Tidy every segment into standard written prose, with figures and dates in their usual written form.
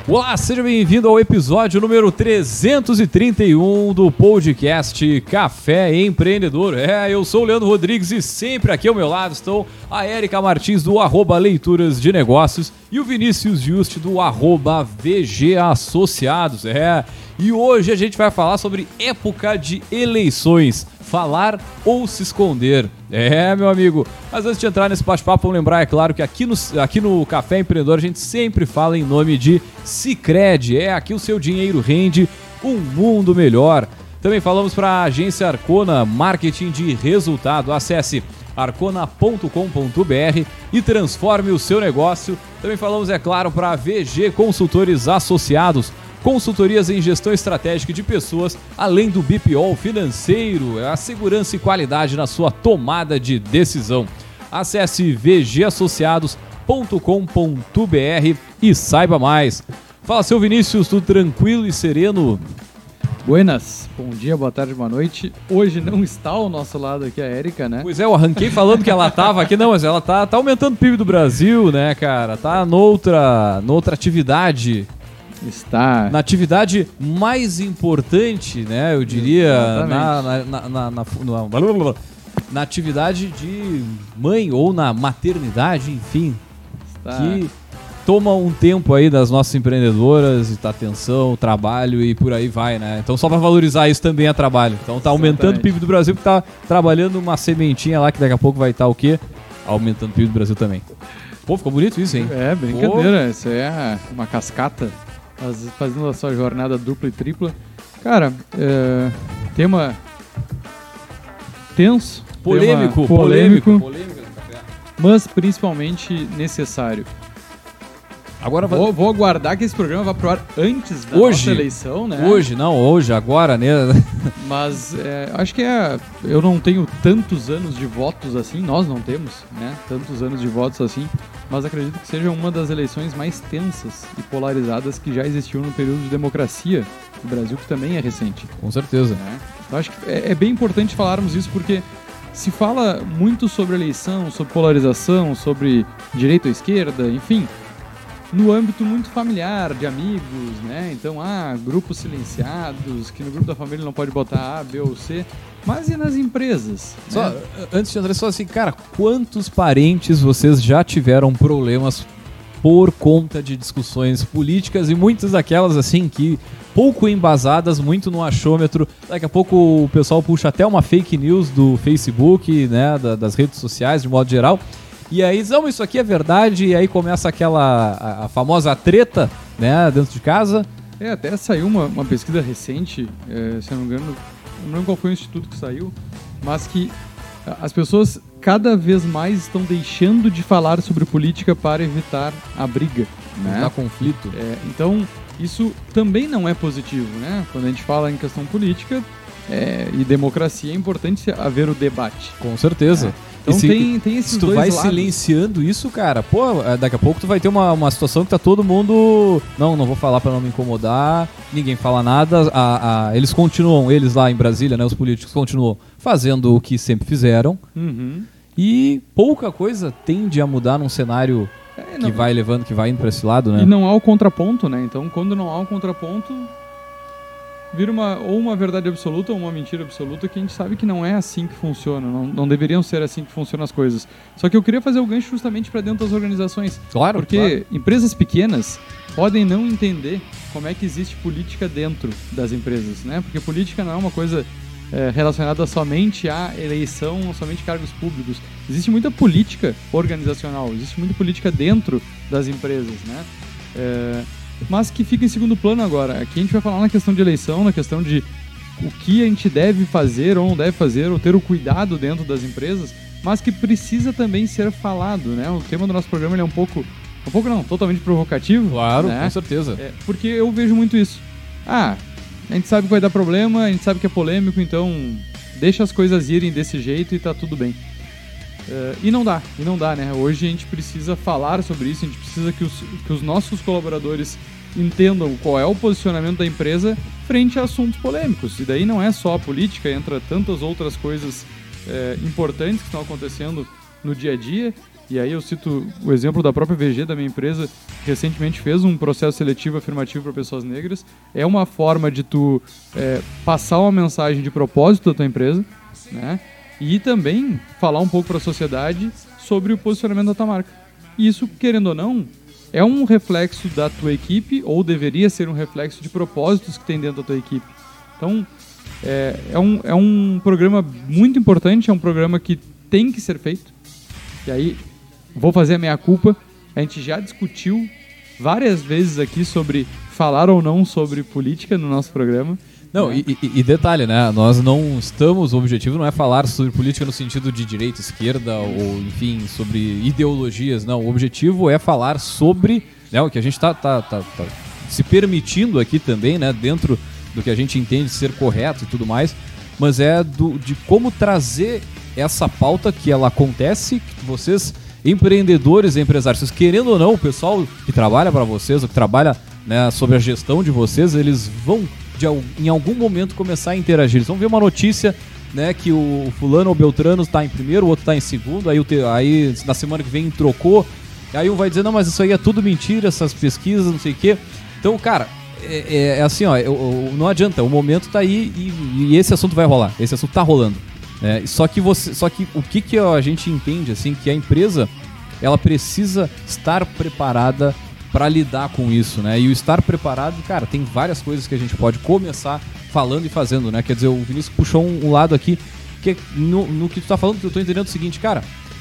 Olá, seja bem-vindo ao episódio número 331 do podcast Café Empreendedor. Eu sou o Leandro Rodrigues e sempre aqui ao meu lado estão a Érica Martins do @Leituras de Negócios e o Vinícius Juste do @VG Associados. E hoje a gente vai falar sobre época de eleições. Falar ou se esconder. Meu amigo. Mas antes de entrar nesse bate-papo, vamos lembrar, é claro, que aqui no Café Empreendedor a gente sempre fala em nome de Sicredi. Aqui o seu dinheiro rende um mundo melhor. Também falamos para a agência Arcona, marketing de resultado. Acesse arcona.com.br e transforme o seu negócio. Também falamos, é claro, para a VG Consultores Associados, consultorias em gestão estratégica de pessoas, além do BPO financeiro, a segurança e qualidade na sua tomada de decisão. Acesse vgassociados.com.br e saiba mais. Fala, seu Vinícius, tudo tranquilo e sereno? Buenas, bom dia, boa tarde, boa noite. Hoje não está ao nosso lado aqui a Érica, né? Pois é, eu arranquei falando que ela estava aqui, não, mas ela tá aumentando o PIB do Brasil, né, cara? Tá noutra atividade. Está na atividade mais importante, né? Eu diria, na atividade de mãe ou na maternidade, enfim, que toma um tempo aí das nossas empreendedoras, e atenção, trabalho e por aí vai, né? Então só para valorizar isso também é trabalho. Então tá aumentando o PIB do Brasil, porque tá trabalhando uma sementinha lá que daqui a pouco vai estar o quê? Aumentando o PIB do Brasil também. Pô, ficou bonito isso, hein? É, brincadeira. Isso é uma cascata. Fazendo a sua jornada dupla e tripla. Cara, tema tenso, polêmico, mas principalmente necessário. Agora vou aguardar que esse programa vá pro ar antes da nossa eleição, né? Hoje, agora, né? Mas acho que eu não tenho tantos anos de votos assim, nós não temos, né? Tantos anos de votos assim, mas acredito que seja uma das eleições mais tensas e polarizadas que já existiu no período de democracia do Brasil, que também é recente. Com certeza. Né? Então acho que é bem importante falarmos isso, porque se fala muito sobre eleição, sobre polarização, sobre direita ou esquerda, enfim, no âmbito muito familiar, de amigos, né? Então, grupos silenciados, que no grupo da família não pode botar A, B ou C, mas e nas empresas? Só, antes de entrar, só assim, cara, quantos parentes vocês já tiveram problemas por conta de discussões políticas e muitas daquelas, assim, que pouco embasadas, muito no achômetro, daqui a pouco o pessoal puxa até uma fake news do Facebook, né, das redes sociais, de modo geral, e aí, não, isso aqui é verdade, e aí começa a famosa treta, né, dentro de casa. Até saiu uma pesquisa recente, se eu não me engano, não lembro qual foi o instituto que saiu, mas que as pessoas cada vez mais estão deixando de falar sobre política para evitar a briga, né? Evitar conflito. Então, isso também não é positivo, né? Quando a gente fala em questão política e democracia, é importante haver o debate. Com certeza. Então tem esses se tu dois vai lados. Silenciando isso, cara, daqui a pouco tu vai ter uma situação que tá todo mundo... Não vou falar pra não me incomodar, ninguém fala nada, eles lá em Brasília, né, os políticos continuam fazendo o que sempre fizeram, e pouca coisa tende a mudar num cenário que vai levando, que vai indo pra esse lado, né? E não há o contraponto, né? Então, quando não há o contraponto, vira ou uma verdade absoluta ou uma mentira absoluta, que a gente sabe que não é assim que funciona, não deveriam ser assim que funcionam as coisas. Só que eu queria fazer o gancho justamente para dentro das organizações. Claro, porque empresas pequenas podem não entender como é que existe política dentro das empresas, né? Porque política não é uma coisa relacionada somente à eleição, somente a cargos públicos. Existe muita política organizacional, existe muita política dentro das empresas, né? Mas que fica em segundo plano agora. Aqui a gente vai falar na questão de eleição, na questão de o que a gente deve fazer ou não deve fazer, ou ter o cuidado dentro das empresas, mas que precisa também ser falado, né? O tema do nosso programa ele é totalmente provocativo. Claro, né? Com certeza. Porque eu vejo muito isso. A gente sabe que vai dar problema, a gente sabe que é polêmico, então deixa as coisas irem desse jeito e tá tudo bem. E não dá, né? Hoje a gente precisa falar sobre isso, a gente precisa que os nossos colaboradores entendam qual é o posicionamento da empresa frente a assuntos polêmicos. E daí não é só a política, entra tantas outras coisas importantes que estão acontecendo no dia a dia, E aí eu cito o exemplo da própria VG, da minha empresa, que recentemente fez um processo seletivo afirmativo para pessoas negras. É uma forma de tu passar uma mensagem de propósito da tua empresa, né? E também falar um pouco para a sociedade sobre o posicionamento da tua marca. E isso, querendo ou não, é um reflexo da tua equipe, ou deveria ser um reflexo de propósitos que tem dentro da tua equipe. Então, é um programa muito importante, é um programa que tem que ser feito. E aí, vou fazer a meia-culpa. A gente já discutiu várias vezes aqui sobre falar ou não sobre política no nosso programa. Não, e detalhe, né? Nós não estamos, o objetivo não é falar sobre política no sentido de direita, esquerda, ou enfim, sobre ideologias, não. O objetivo é falar sobre, né, o que a gente tá se permitindo aqui também, né, dentro do que a gente entende ser correto e tudo mais, mas de como trazer essa pauta que ela acontece, que vocês, empreendedores e empresários, vocês, querendo ou não, o pessoal que trabalha para vocês, ou que trabalha, né, sobre a gestão de vocês, eles vão em algum momento começar a interagir. Eles vão ver uma notícia, né, que o fulano ou Beltrano está em primeiro, o outro está em segundo, aí na semana que vem trocou, aí um vai dizer, não, mas isso aí é tudo mentira, essas pesquisas, não sei o quê. Então, cara, é assim, ó, não adianta, o momento tá aí e esse assunto vai rolar, esse assunto tá rolando. Só que o que a gente entende, assim, que a empresa, ela precisa estar preparada para lidar com isso, né? E o estar preparado, cara, tem várias coisas que a gente pode começar falando e fazendo, né? Quer dizer, o Vinícius puxou um lado aqui, que no que tu tá falando, eu tô entendendo o seguinte, cara,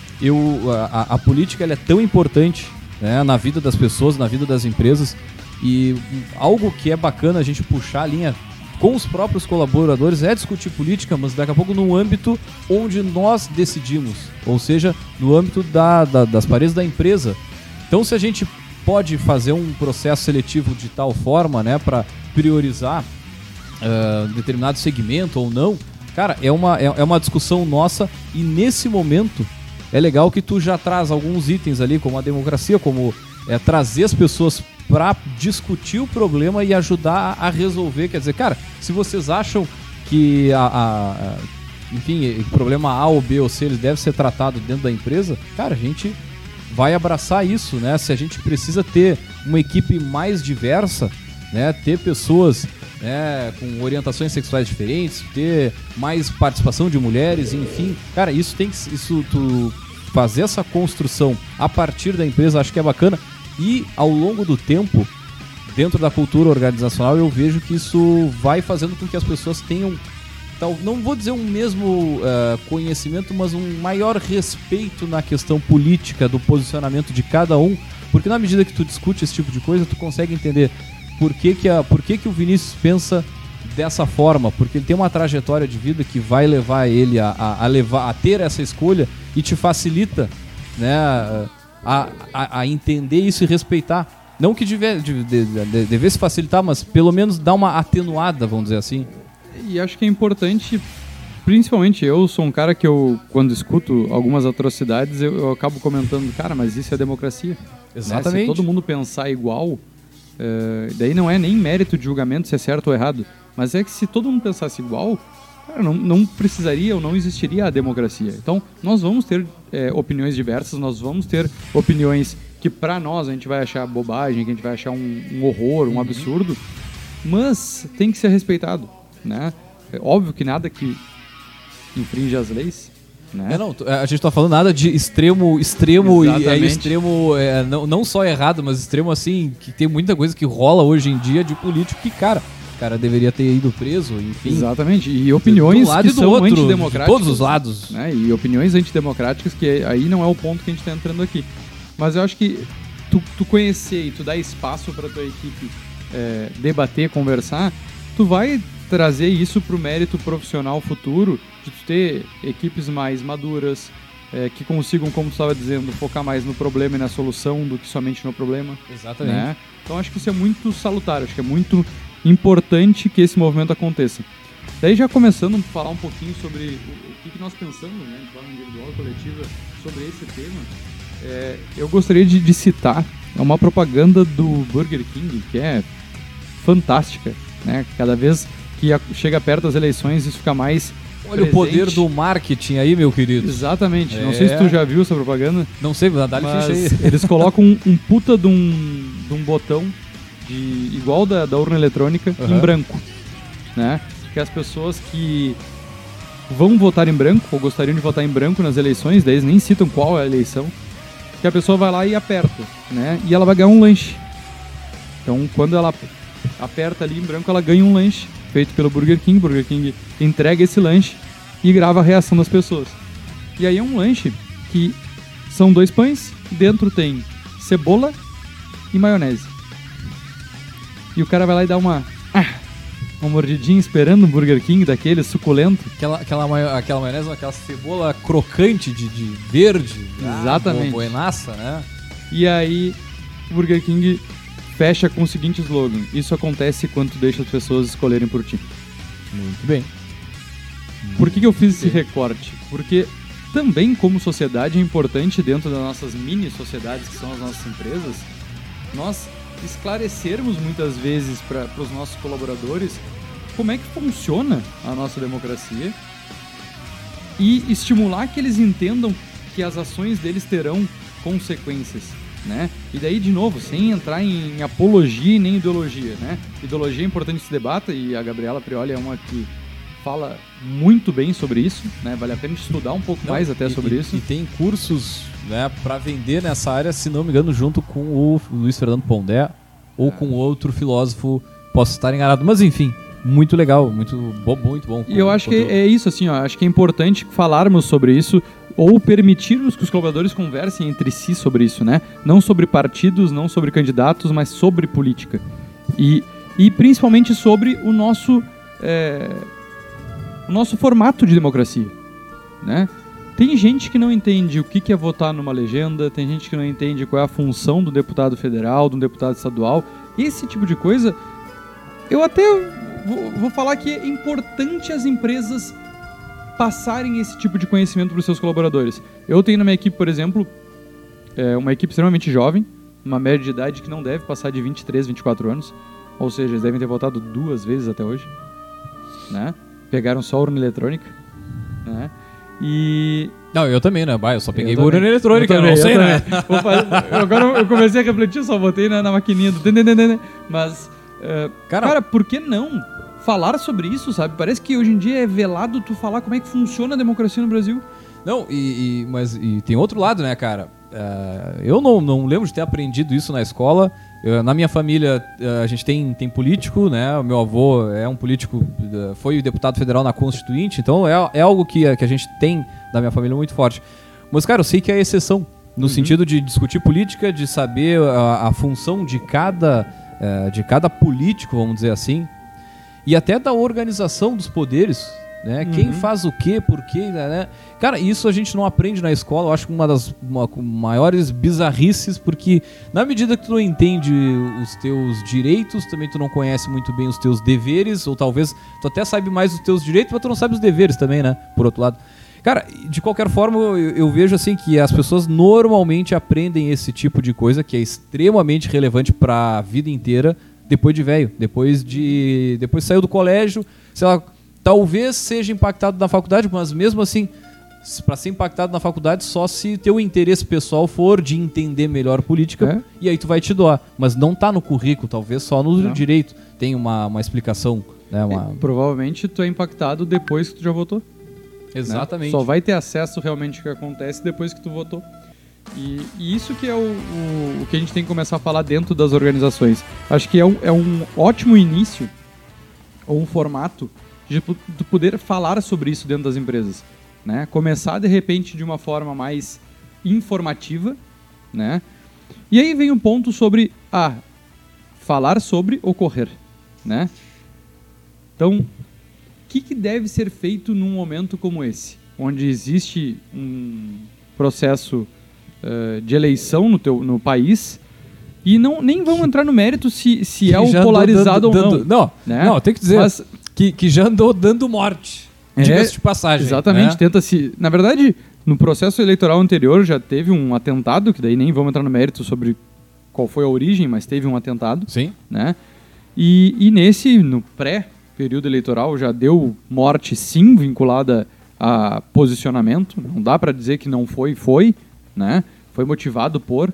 a política, ela é tão importante, né, na vida das pessoas, na vida das empresas, e algo que é bacana a gente puxar a linha com os próprios colaboradores é discutir política, mas daqui a pouco no âmbito onde nós decidimos, ou seja, no âmbito das paredes da empresa. Então, se a gente pode fazer um processo seletivo de tal forma, né, para priorizar determinado segmento ou não, cara, é uma discussão nossa, e nesse momento é legal que tu já traz alguns itens ali, como a democracia, como trazer as pessoas para discutir o problema e ajudar a resolver. Quer dizer, cara, se vocês acham que enfim, problema A ou B ou C ele deve ser tratado dentro da empresa, cara, a gente vai abraçar isso, né? Se a gente precisa ter uma equipe mais diversa, né, ter pessoas, né, com orientações sexuais diferentes, ter mais participação de mulheres, enfim, cara, tu fazer essa construção a partir da empresa, acho que é bacana. E ao longo do tempo, dentro da cultura organizacional, eu vejo que isso vai fazendo com que as pessoas tenham, não vou dizer um mesmo conhecimento, mas um maior respeito na questão política, do posicionamento de cada um, porque na medida que tu discute esse tipo de coisa, tu consegue entender por que o Vinícius pensa dessa forma, porque ele tem uma trajetória de vida que vai levar ele a ter essa escolha e te facilita, né, a entender isso e respeitar. Não que devesse facilitar, mas pelo menos dar uma atenuada, vamos dizer assim. E acho que é importante, principalmente eu sou um cara que quando escuto algumas atrocidades, eu acabo comentando, cara, mas isso é democracia. Exatamente. Né? Se todo mundo pensar igual, daí não é nem mérito de julgamento se é certo ou errado, mas é que se todo mundo pensasse igual, cara, não precisaria ou não existiria a democracia. Então, nós vamos ter opiniões diversas, nós vamos ter opiniões que pra nós a gente vai achar bobagem, que a gente vai achar um horror, um absurdo, mas tem que ser respeitado, né? É óbvio que nada que infringe as leis, né? Não, a gente tá falando nada de extremo Exatamente. E extremo, não só errado, mas extremo assim, que tem muita coisa que rola hoje em dia de político que, cara, o cara deveria ter ido preso, enfim. Exatamente, e opiniões que são antidemocráticas. De todos os lados. Né? E opiniões antidemocráticas, que aí não é o ponto que a gente está entrando aqui. Mas eu acho que tu conhecer e tu dar espaço para tua equipe debater, conversar, tu vai trazer isso pro mérito profissional futuro, de tu ter equipes mais maduras, que consigam, como tu estava dizendo, focar mais no problema e na solução do que somente no problema. Exatamente. Né? Então acho que isso é muito salutar, acho que é muito importante que esse movimento aconteça. Daí já começando a falar um pouquinho sobre o que nós pensamos, né, de forma individual e coletiva, sobre esse tema, eu gostaria de citar uma propaganda do Burger King, que é fantástica, né? Cada vez que chega perto das eleições, isso fica mais Olha o poder do marketing aí, meu querido. Exatamente. Não sei se tu já viu essa propaganda. Não sei, dá-lhe ficha aí. Eles colocam um puta de um botão igual da urna eletrônica em branco, né? Que as pessoas que vão votar em branco ou gostariam de votar em branco nas eleições, daí eles nem citam qual é a eleição, que a pessoa vai lá e aperta, né? E ela vai ganhar um lanche. Então, quando ela aperta ali em branco, ela ganha um lanche feito pelo Burger King. Burger King entrega esse lanche e grava a reação das pessoas. E aí é um lanche que são 2 pães, dentro tem cebola e maionese. E o cara vai lá e dá uma mordidinha esperando um Burger King daquele suculento. Aquela maionese, aquela cebola crocante de verde. Exatamente. Buenaça, né? E aí o Burger King fecha com o seguinte slogan: isso acontece quando tu deixa as pessoas escolherem por ti. Muito bem. Por que eu fiz esse recorte? Porque também, como sociedade, é importante, dentro das nossas mini-sociedades, que são as nossas empresas, nós esclarecermos muitas vezes para os nossos colaboradores como é que funciona a nossa democracia e estimular que eles entendam que as ações deles terão consequências, né? E daí, de novo, sem entrar em apologia e nem ideologia, né? Ideologia é importante que se debata, e a Gabriela Prioli é uma que fala muito bem sobre isso, né? Vale a pena estudar um pouco mais até sobre isso. E tem cursos, né, para vender nessa área, se não me engano, junto com o Luiz Fernando Pondé ou com outro filósofo, posso estar enganado, mas enfim, muito legal, muito bom. E eu acho que é isso, assim, ó, acho que é importante falarmos sobre isso, ou permitirmos que os colaboradores conversem entre si sobre isso, né? Não sobre partidos, não sobre candidatos, mas sobre política. E principalmente sobre o nosso formato de democracia, né? Tem gente que não entende o que é votar numa legenda, tem gente que não entende qual é a função do deputado federal, do deputado estadual. Esse tipo de coisa, eu até vou falar que é importante as empresas passarem esse tipo de conhecimento para os seus colaboradores. Eu tenho na minha equipe, por exemplo, uma equipe extremamente jovem, uma média de idade que não deve passar de 23, 24 anos, ou seja, eles devem ter votado 2 vezes até hoje, né? Pegaram só a urna eletrônica, né? E... Não, eu também, né? Eu só peguei a urna eletrônica, eu não sei, né? Agora eu comecei a refletir, só botei na maquininha do... Mas, cara, por que não falar sobre isso, sabe? Parece que hoje em dia é velado tu falar como é que funciona a democracia no Brasil. Não, mas tem outro lado, né, cara? Eu não lembro de ter aprendido isso na escola. Na minha família, a gente tem político, né? O meu avô é um político, foi deputado federal na Constituinte, então é algo que a gente tem da minha família muito forte. Mas, cara, eu sei que é exceção, no sentido de discutir política, de saber a função de cada político, vamos dizer assim, e até da organização dos poderes, né? Quem faz o quê, por quê, né? Cara, isso a gente não aprende na escola. Eu acho que uma das maiores bizarrices, porque na medida que tu não entende os teus direitos, também tu não conhece muito bem os teus deveres, ou talvez tu até sabe mais os teus direitos, mas tu não sabe os deveres também, né? Por outro lado. Cara, de qualquer forma, eu vejo assim que as pessoas normalmente aprendem esse tipo de coisa, que é extremamente relevante para a vida inteira, depois de velho, depois saiu do colégio, sei lá. Talvez seja impactado na faculdade, mas mesmo assim, para ser impactado na faculdade, só se teu interesse pessoal for de entender melhor política, e aí tu vai te doar. Mas não tá no currículo, talvez só no direito tem uma explicação. Né, provavelmente tu é impactado depois que tu já votou. Exatamente. Né? Só vai ter acesso realmente ao que acontece depois que tu votou. E isso que é o que a gente tem que começar a falar dentro das organizações. Acho que é um ótimo início, ou um formato, de poder falar sobre isso dentro das empresas, né? Começar de repente de uma forma mais informativa, né? E aí vem um ponto sobre falar sobre ocorrer, né? Então, o que deve ser feito num momento como esse, onde existe um processo de eleição no país? E nem vamos entrar no mérito se é o polarizado ou não. Não, tem que dizer... Mas, que já andou dando morte, diga-se de passagem. Exatamente, né? Tenta-se... Na verdade, no processo eleitoral anterior já teve um atentado, que daí nem vamos entrar no mérito sobre qual foi a origem, mas teve um atentado. Sim. Né? E nesse, no período eleitoral já deu morte, sim, vinculada a posicionamento. Não dá para dizer que não foi, né? Foi motivado por...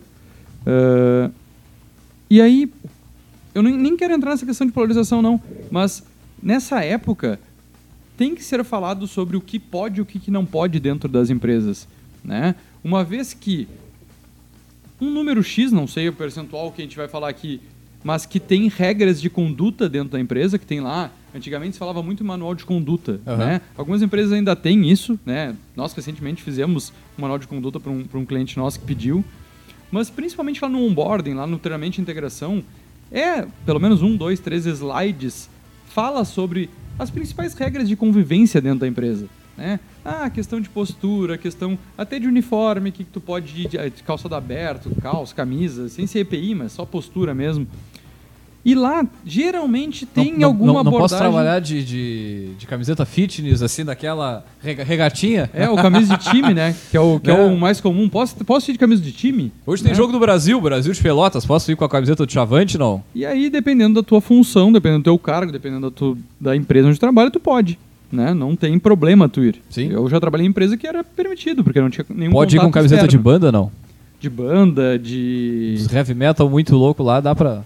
E aí, eu nem quero entrar nessa questão de polarização, não, mas nessa época tem que ser falado sobre o que pode e o que não pode dentro das empresas, né? Uma vez que um número X, não sei o percentual que a gente vai falar aqui, mas que tem regras de conduta dentro da empresa, que tem lá, antigamente se falava muito em manual de conduta, né? Algumas empresas ainda têm isso, né? Nós recentemente fizemos um manual de conduta para um cliente nosso que pediu, mas principalmente lá no onboarding, lá no treinamento de integração, pelo menos 1, 2, 3 slides, fala sobre as principais regras de convivência dentro da empresa, né? Questão de postura, questão até de uniforme, que tu pode ir de calçado aberto, calça, camisa, sem ser EPI, mas só postura mesmo. E lá, geralmente, tem alguma abordagem... Não posso trabalhar de camiseta fitness, assim, daquela regatinha? O camisa de time, né? Que é o mais comum. Posso ir de camisa de time? Hoje tem jogo do Brasil de Pelotas. Posso ir com a camiseta do Chavante, não? E aí, dependendo da tua função, dependendo do teu cargo, dependendo da empresa onde tu trabalha, tu pode. Né? Não tem problema tu ir. Sim. Eu já trabalhei em empresa que era permitido, porque não tinha nenhum Pode ir com camiseta externo. De banda, não? De banda, de... Os heavy metal muito louco lá, dá pra...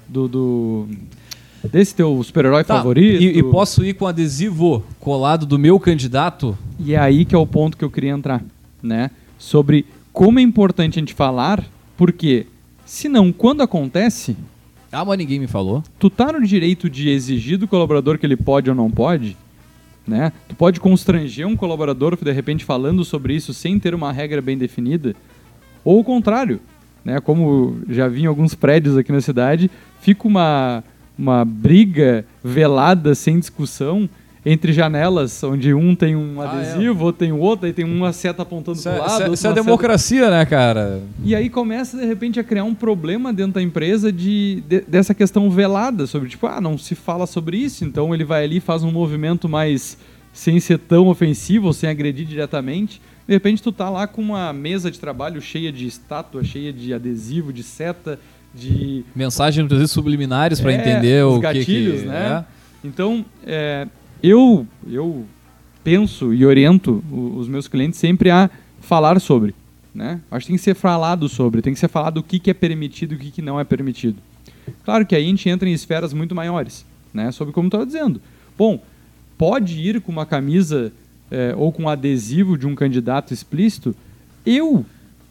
Desse teu super-herói favorito. E posso ir com adesivo colado do meu candidato? E é aí que é o ponto que eu queria entrar, né? Sobre como é importante a gente falar, porque senão, quando acontece... mas ninguém me falou. Tu tá no direito de exigir do colaborador que ele pode ou não pode, né? Tu pode constranger um colaborador, de repente, falando sobre isso sem ter uma regra bem definida, ou o contrário, né? Como já vi em alguns prédios aqui na cidade, fica uma briga velada, sem discussão, entre janelas, onde um tem um adesivo, outro tem o outro, aí tem uma seta apontando pro lado. Isso é democracia, né, cara? E aí começa, de repente, a criar um problema dentro da empresa dessa questão velada, sobre, tipo, não se fala sobre isso, então ele vai ali e faz um movimento mais sem ser tão ofensivo, ou sem agredir diretamente. De repente, tu tá lá com uma mesa de trabalho cheia de estátua, cheia de adesivo, de seta, de... Mensagens, muitas vezes, subliminares para entender os o gatilhos, né? Então, eu penso e oriento os meus clientes sempre a falar sobre, né? Acho que tem que ser falado sobre, tem que ser falado o que é permitido e o que não é permitido. Claro que aí a gente entra em esferas muito maiores, né? Sobre como eu estava dizendo. Bom, pode ir com uma camisa ou com um adesivo de um candidato explícito? Eu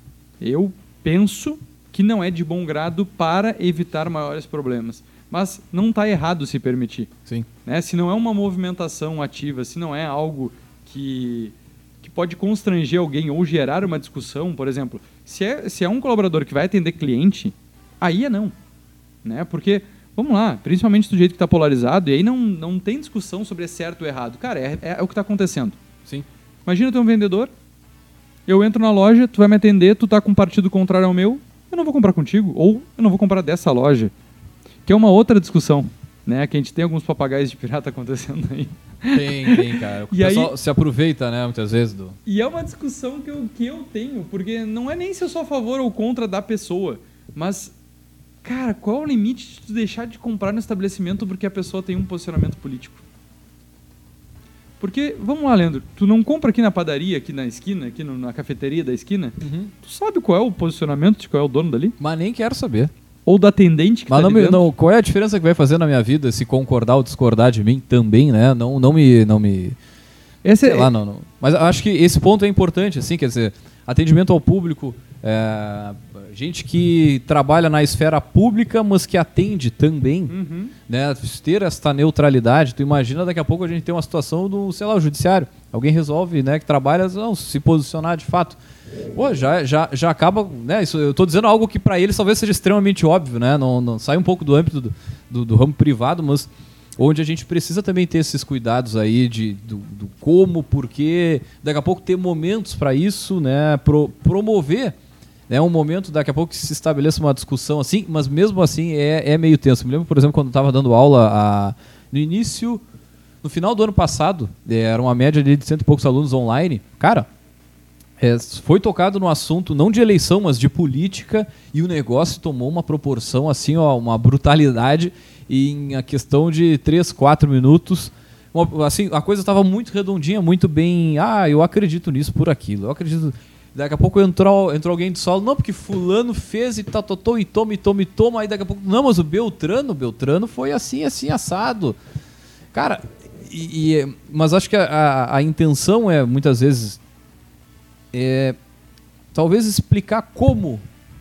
penso que não é de bom grado para evitar maiores problemas. Mas não está errado se permitir. Sim. Né? Se não é uma movimentação ativa, se não é algo que pode constranger alguém ou gerar uma discussão, por exemplo, se é um colaborador que vai atender cliente, aí não. Né? Porque, vamos lá, principalmente do jeito que está polarizado, e aí não tem discussão sobre é certo ou errado. Cara, é o que está acontecendo. Sim. Imagina tu é um vendedor, eu entro na loja, tu vai me atender, tu tá com um partido contrário ao meu, eu não vou comprar contigo, ou eu não vou comprar dessa loja. Que é uma outra discussão, né? Que a gente tem alguns papagaios de pirata acontecendo aí. Tem, cara. O pessoal se aproveita, né, muitas vezes. E é uma discussão que eu tenho, porque não é nem se eu sou a favor ou contra da pessoa, mas, cara, qual é o limite de tu deixar de comprar no estabelecimento porque a pessoa tem um posicionamento político? Porque, vamos lá, Leandro, tu não compra aqui na padaria, aqui na esquina, aqui na cafeteria da esquina, tu sabe qual é o posicionamento de qual é o dono dali? Mas nem quero saber. Ou da atendente que mas tá ali dentro. Qual é a diferença que vai fazer na minha vida se concordar ou discordar de mim também, né? Não me esse sei lá, não. Mas eu acho que esse ponto é importante, assim, quer dizer, atendimento ao público, gente que trabalha na esfera pública, mas que atende também, né? Ter esta neutralidade. Tu imagina daqui a pouco a gente tem uma situação do, sei lá, o judiciário. Alguém resolve, né, que trabalha, não, se posicionar de fato. Pô, já acaba, né? Isso, eu tô dizendo algo que para eles talvez seja extremamente óbvio, né? Não sai um pouco do âmbito do ramo privado, mas onde a gente precisa também ter esses cuidados aí do como, porquê, daqui a pouco ter momentos para isso, né? Promover, né, um momento daqui a pouco que se estabeleça uma discussão assim, mas mesmo assim é meio tenso. Me lembro, por exemplo, quando eu estava dando aula no final do ano passado, era uma média de 100 e poucos alunos online, cara. Foi tocado no assunto não de eleição, mas de política, e o negócio tomou uma proporção assim, ó, uma brutalidade, e em a questão de 3, 4 minutos assim, a coisa estava muito redondinha, muito bem. Eu acredito nisso por aquilo. Eu acredito. Daqui a pouco entrou alguém de solo. Não, porque fulano fez e e toma. Aí daqui a pouco. Não, mas o Beltrano foi assim, assado. Cara, mas acho que a intenção é, muitas vezes, talvez explicar como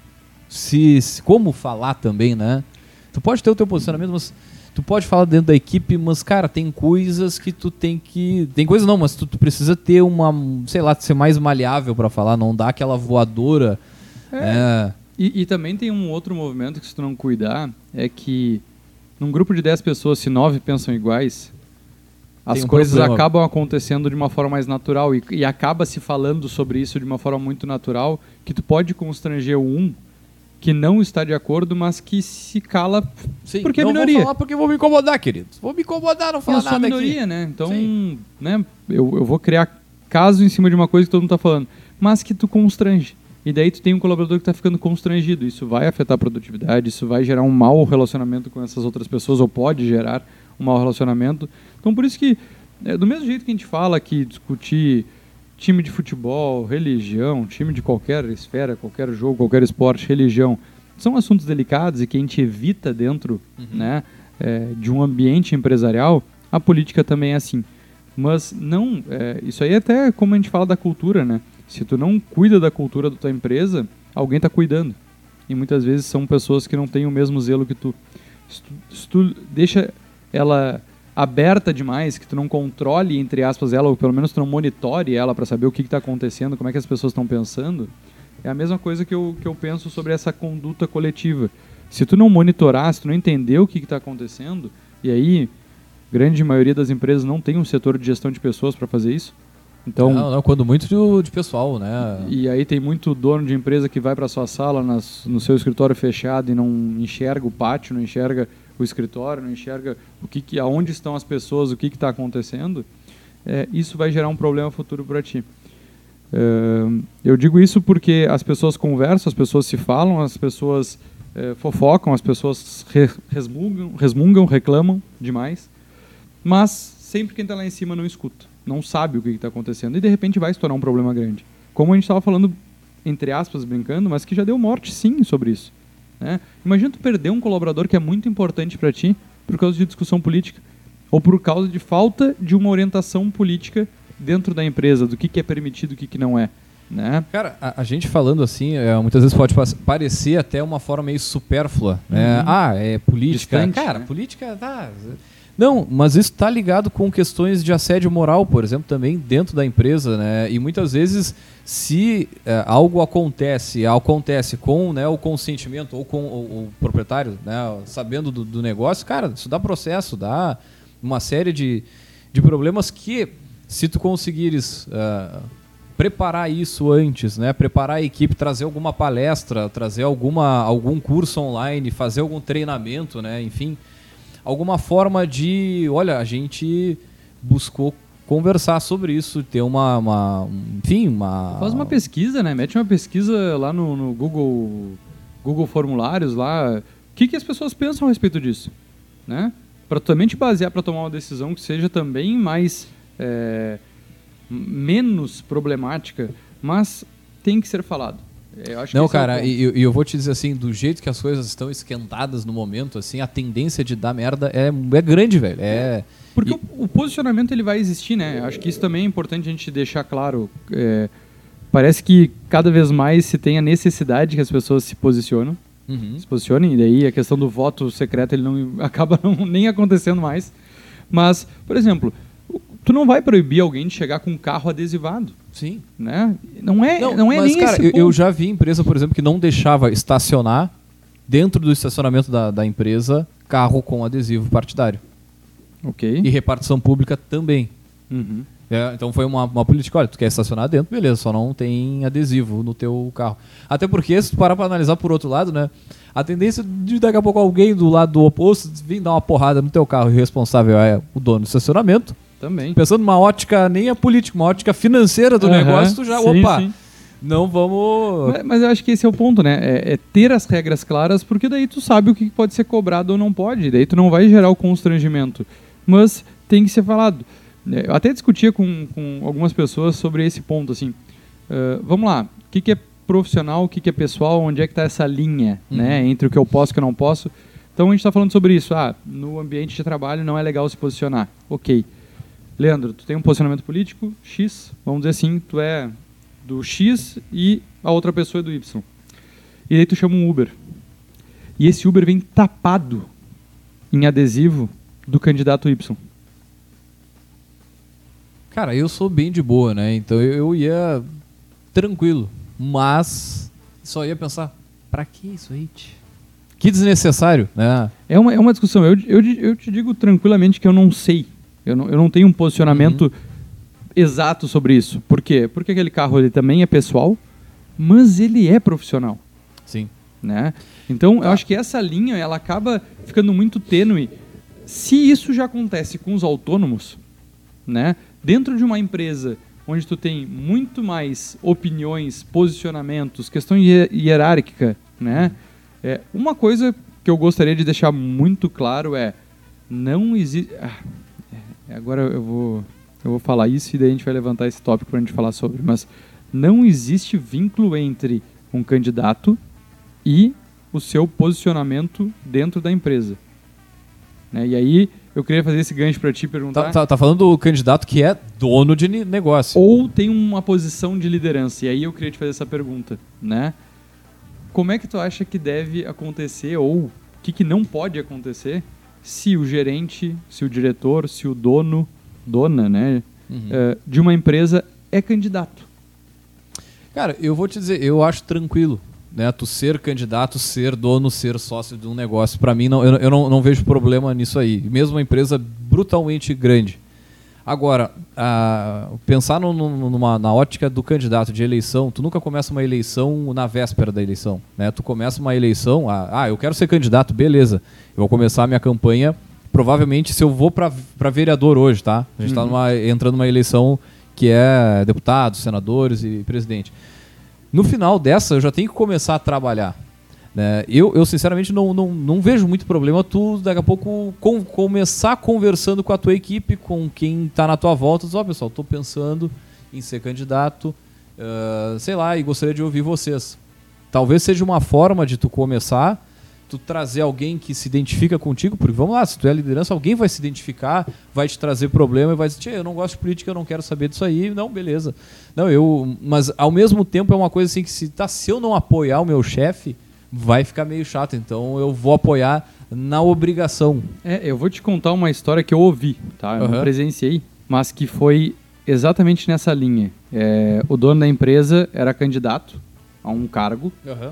falar também, né? Tu pode ter o teu posicionamento, mas tu pode falar dentro da equipe, mas, cara, tem coisas que tu tem que... Tem coisas não, mas tu precisa ter sei lá, ser mais maleável pra falar, não dar aquela voadora. E também tem um outro movimento que, se tu não cuidar, é que num grupo de 10 pessoas, se 9 pensam iguais, as coisas acabam acontecendo de uma forma mais natural e acaba se falando sobre isso de uma forma muito natural, que tu pode constranger que não está de acordo, mas que se cala. Sim, porque é não minoria. Vou falar porque vou me incomodar, querido. Vou me incomodar, não falar nada minoria, aqui. Né? Então, né, eu vou criar caso em cima de uma coisa que todo mundo está falando, mas que tu constrange. E daí tu tem um colaborador que está ficando constrangido. Isso vai afetar a produtividade, isso vai gerar um mau relacionamento com essas outras pessoas, ou pode gerar um mau relacionamento. Então, por isso que, do mesmo jeito que a gente fala que discutir time de futebol, religião, time de qualquer esfera, qualquer jogo, qualquer esporte, religião, são assuntos delicados e que a gente evita dentro né, de um ambiente empresarial, a política também é assim. Mas não, isso aí é até como a gente fala da cultura, né? Se tu não cuida da cultura da tua empresa, alguém está cuidando. E muitas vezes são pessoas que não têm o mesmo zelo que tu. Se tu deixa ela aberta demais, que tu não controle, entre aspas, ela, ou pelo menos tu não monitore ela para saber o que está acontecendo, como é que as pessoas estão pensando, é a mesma coisa que eu penso sobre essa conduta coletiva. Se tu não monitorar, se tu não entender o que está acontecendo, e aí, grande maioria das empresas não tem um setor de gestão de pessoas para fazer isso. Então, não, quando muito de pessoal, né? E aí tem muito dono de empresa que vai para sua sala no seu escritório fechado e não enxerga o pátio, não enxerga o escritório, não enxerga aonde estão as pessoas, o que está acontecendo. Isso vai gerar um problema futuro para ti. Eu digo isso porque as pessoas conversam, as pessoas se falam, as pessoas fofocam, as pessoas resmungam, reclamam demais, mas sempre quem está lá em cima não escuta, não sabe o que está acontecendo e de repente vai se tornar um problema grande. Como a gente estava falando, entre aspas, brincando, mas que já deu morte sim sobre isso. Né? Imagina tu perder um colaborador que é muito importante para ti por causa de discussão política ou por causa de falta de uma orientação política dentro da empresa, do que é permitido e o que não é. Né? Cara, a gente falando assim, muitas vezes pode parecer até uma forma meio supérflua. Né? É política. Distante, cara, né? Política tá... Não, mas isso está ligado com questões de assédio moral, por exemplo, também dentro da empresa, né? E muitas vezes, se algo acontece com, né, o consentimento ou com o proprietário, né, sabendo do negócio, cara, isso dá processo, dá uma série de problemas que, se tu conseguires preparar isso antes, né, preparar a equipe, trazer alguma palestra, trazer algum curso online, fazer algum treinamento, né, enfim... alguma forma de, olha, a gente buscou conversar sobre isso, ter enfim, Faz uma pesquisa, né? Mete uma pesquisa lá no Google Formulários lá. O que as pessoas pensam a respeito disso? Né? Para também te basear para tomar uma decisão que seja também menos problemática, mas tem que ser falado. Eu acho não, que cara, e eu vou te dizer assim, do jeito que as coisas estão esquentadas no momento, assim, a tendência de dar merda é grande, velho. Porque o posicionamento ele vai existir, né? Acho que isso também é importante a gente deixar claro. Parece que cada vez mais se tem a necessidade que as pessoas se posicionem, e daí a questão do voto secreto ele acaba nem acontecendo mais. Mas, por exemplo, tu não vai proibir alguém de chegar com um carro adesivado. Sim. Né? Não é mas, nem cara, esse ponto. Eu já vi empresa, por exemplo, que não deixava estacionar dentro do estacionamento da empresa carro com adesivo partidário. Ok. E repartição pública também. Então foi uma política, olha, tu quer estacionar dentro, beleza, só não tem adesivo no teu carro. Até porque, se tu parar pra analisar por outro lado, né, a tendência de daqui a pouco alguém do lado do oposto vir dar uma porrada no teu carro e o responsável é o dono do estacionamento. Também. Pensando numa ótica, nem a política, uma ótica financeira do negócio, tu já, sim. Não vamos... Mas eu acho que esse é o ponto, né? É ter as regras claras, porque daí tu sabe o que pode ser cobrado ou não pode, daí tu não vai gerar o constrangimento. Mas tem que ser falado. Eu até discutia com algumas pessoas sobre esse ponto, assim. Vamos lá, o que é profissional, o que é pessoal, onde é que está essa linha, né, entre o que eu posso e o que eu não posso. Então a gente está falando sobre isso. No ambiente de trabalho não é legal se posicionar. Ok. Leandro, tu tem um posicionamento político X, vamos dizer assim, tu é do X e a outra pessoa é do Y. E aí tu chama um Uber. E esse Uber vem tapado em adesivo do candidato Y. Cara, eu sou bem de boa, né? Então eu ia tranquilo. Mas só ia pensar, pra que isso aí? Que desnecessário, né? É uma discussão. Eu te digo tranquilamente que eu não sei. Eu não tenho um posicionamento exato sobre isso. Por quê? Porque aquele carro ele também é pessoal, mas ele é profissional. Sim. Né? Então, eu acho que essa linha ela acaba ficando muito tênue. Se isso já acontece com os autônomos, né? Dentro de uma empresa onde tu tem muito mais opiniões, posicionamentos, questão hierárquica, né? Uma coisa que eu gostaria de deixar muito claro não existe... agora eu vou falar isso e daí a gente vai levantar esse tópico para a gente falar sobre, mas não existe vínculo entre um candidato e o seu posicionamento dentro da empresa. Né? E aí eu queria fazer esse gancho para ti perguntar... Tá falando do candidato que é dono de negócio. Ou tem uma posição de liderança. E aí eu queria te fazer essa pergunta, né? Como é que tu acha que deve acontecer, ou o que não pode acontecer, se o gerente, se o diretor, se o dona, né, de uma empresa é candidato? Cara, eu vou te dizer, eu acho tranquilo, né? Tu ser candidato, ser dono, ser sócio de um negócio. Para mim, eu não vejo problema nisso aí. Mesmo uma empresa brutalmente grande. Agora, pensar na ótica do candidato de eleição, tu nunca começa uma eleição na véspera da eleição, né? Tu começa uma eleição, eu quero ser candidato, beleza. Eu vou começar a minha campanha, provavelmente se eu vou para vereador hoje, tá? A gente está entrando numa eleição que é deputados, senadores e presidente. No final dessa, eu já tenho que começar a trabalhar. Né? Eu sinceramente, não vejo muito problema tu, daqui a pouco, começar conversando com a tua equipe, com quem está na tua volta. Pessoal, estou pensando em ser candidato, sei lá, e gostaria de ouvir vocês. Talvez seja uma forma de tu começar, tu trazer alguém que se identifica contigo, porque vamos lá, se tu é a liderança, alguém vai se identificar, vai te trazer problema e vai dizer, eu não gosto de política, eu não quero saber disso aí. Não, beleza. Mas ao mesmo tempo é uma coisa assim que se eu não apoiar o meu chefe, vai ficar meio chato, então eu vou apoiar na obrigação. Eu vou te contar uma história que eu ouvi, tá? Eu não presenciei, mas que foi exatamente nessa linha. O dono da empresa era candidato a um cargo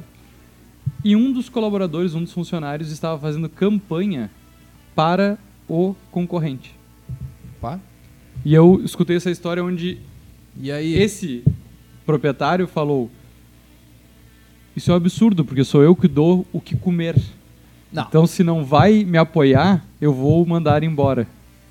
e um dos colaboradores, um dos funcionários estava fazendo campanha para o concorrente. Pá. E eu escutei essa história onde esse proprietário falou: isso é um absurdo, porque sou eu que dou o que comer. Não. Então, se não vai me apoiar, eu vou mandar embora.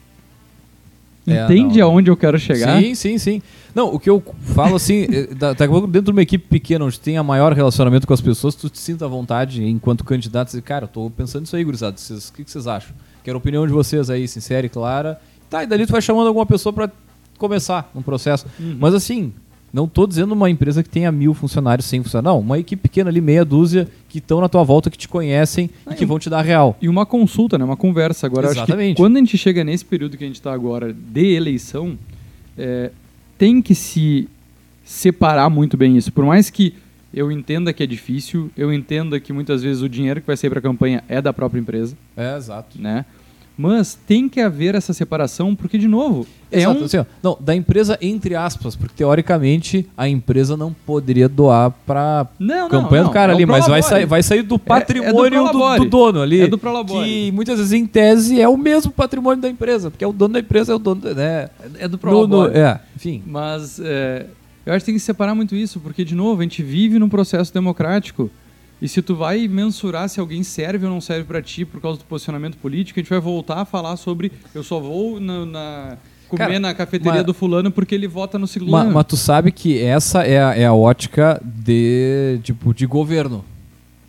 Entende aonde eu quero chegar? Sim. Não, o que eu falo assim, dentro de uma equipe pequena, onde tem a maior relacionamento com as pessoas, tu te sinta à vontade, enquanto candidato, dizer, cara, eu tô pensando nisso aí, gurizada, o que vocês acham? Quero a opinião de vocês aí, sincera e clara. Tá, e dali tu vai chamando alguma pessoa para começar um processo. Mas assim... Não estou dizendo uma empresa que tenha 1000 funcionários, 100 funcionários. Não, uma equipe pequena ali, meia dúzia, que estão na tua volta, que te conhecem e que vão te dar real. E uma consulta, né? Uma conversa. Agora, exatamente. Acho que quando a gente chega nesse período que a gente está agora de eleição, tem que se separar muito bem isso. Por mais que eu entenda que é difícil, eu entenda que muitas vezes o dinheiro que vai sair para a campanha é da própria empresa. Exato. Né? Mas tem que haver essa separação, porque, de novo... Exato, assim, não, da empresa, entre aspas, porque, teoricamente, a empresa não poderia doar para campanha do cara ali, mas vai sair do patrimônio do dono ali. É do Prolabore. Que, muitas vezes, em tese, é o mesmo patrimônio da empresa, porque o dono da empresa é o dono... É do Prolabore. Enfim. Mas eu acho que tem que separar muito isso, porque, de novo, a gente vive num processo democrático. E se tu vai mensurar se alguém serve ou não serve para ti por causa do posicionamento político, a gente vai voltar a falar sobre eu só vou comer na cafeteria do fulano porque ele vota no ciclano. Mas tu sabe que essa é a ótica de governo.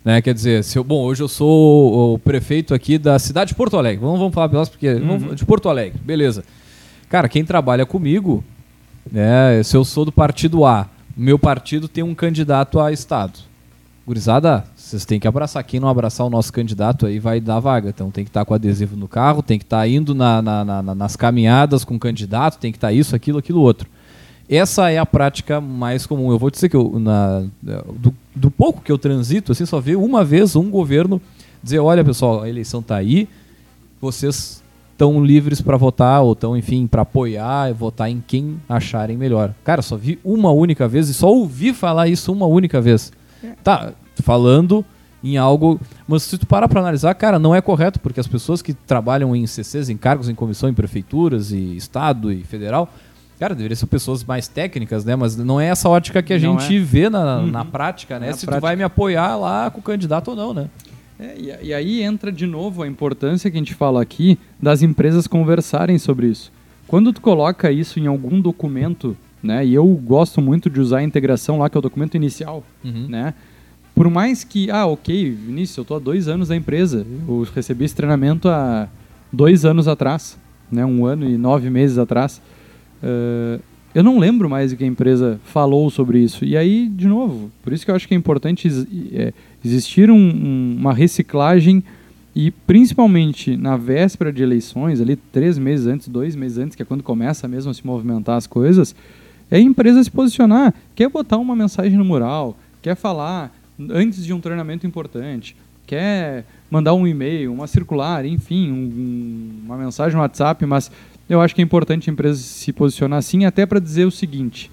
Né? Quer dizer, hoje eu sou o prefeito aqui da cidade de Porto Alegre. Vamos falar pelas porque de Porto Alegre, beleza. Cara, quem trabalha comigo, né, se eu sou do partido A, meu partido tem um candidato a estado. Gurizada, vocês têm que abraçar. Quem não abraçar o nosso candidato aí vai dar vaga. Então tem que estar com adesivo no carro, tem que estar indo nas caminhadas com o candidato, tem que estar isso, aquilo, outro. Essa é a prática mais comum. Eu vou dizer que do pouco que eu transito, assim, só vi uma vez um governo dizer, olha pessoal, a eleição está aí, vocês estão livres para votar, ou estão, enfim, para apoiar e votar em quem acharem melhor. Cara, só vi uma única vez e só ouvi falar isso uma única vez. Tá, falando em algo, mas se tu parar para analisar, cara, não é correto, porque as pessoas que trabalham em CCs, em cargos em comissão, em prefeituras e estado e federal, cara, deveriam ser pessoas mais técnicas, né? Mas não é essa ótica que a gente vê na prática, né? Se tu vai me apoiar lá com o candidato ou não, né? E aí entra de novo a importância que a gente fala aqui das empresas conversarem sobre isso. Quando tu coloca isso em algum documento, né? E eu gosto muito de usar a integração lá, que é o documento inicial, né? Por mais que, ok, Vinícius, eu tô há 2 anos na empresa, eu recebi esse treinamento há 2 anos atrás, né? 1 ano e 9 meses atrás. Eu não lembro mais o que a empresa falou sobre isso. E aí, de novo, por isso que eu acho que é importante existir uma reciclagem e, principalmente, na véspera de eleições, ali 3 meses antes, 2 meses antes, que é quando começa mesmo a se movimentar as coisas, é a empresa se posicionar. Quer botar uma mensagem no mural, quer falar antes de um treinamento importante, quer mandar um e-mail, uma circular, enfim, uma mensagem no WhatsApp, mas eu acho que é importante a empresa se posicionar assim, até para dizer o seguinte: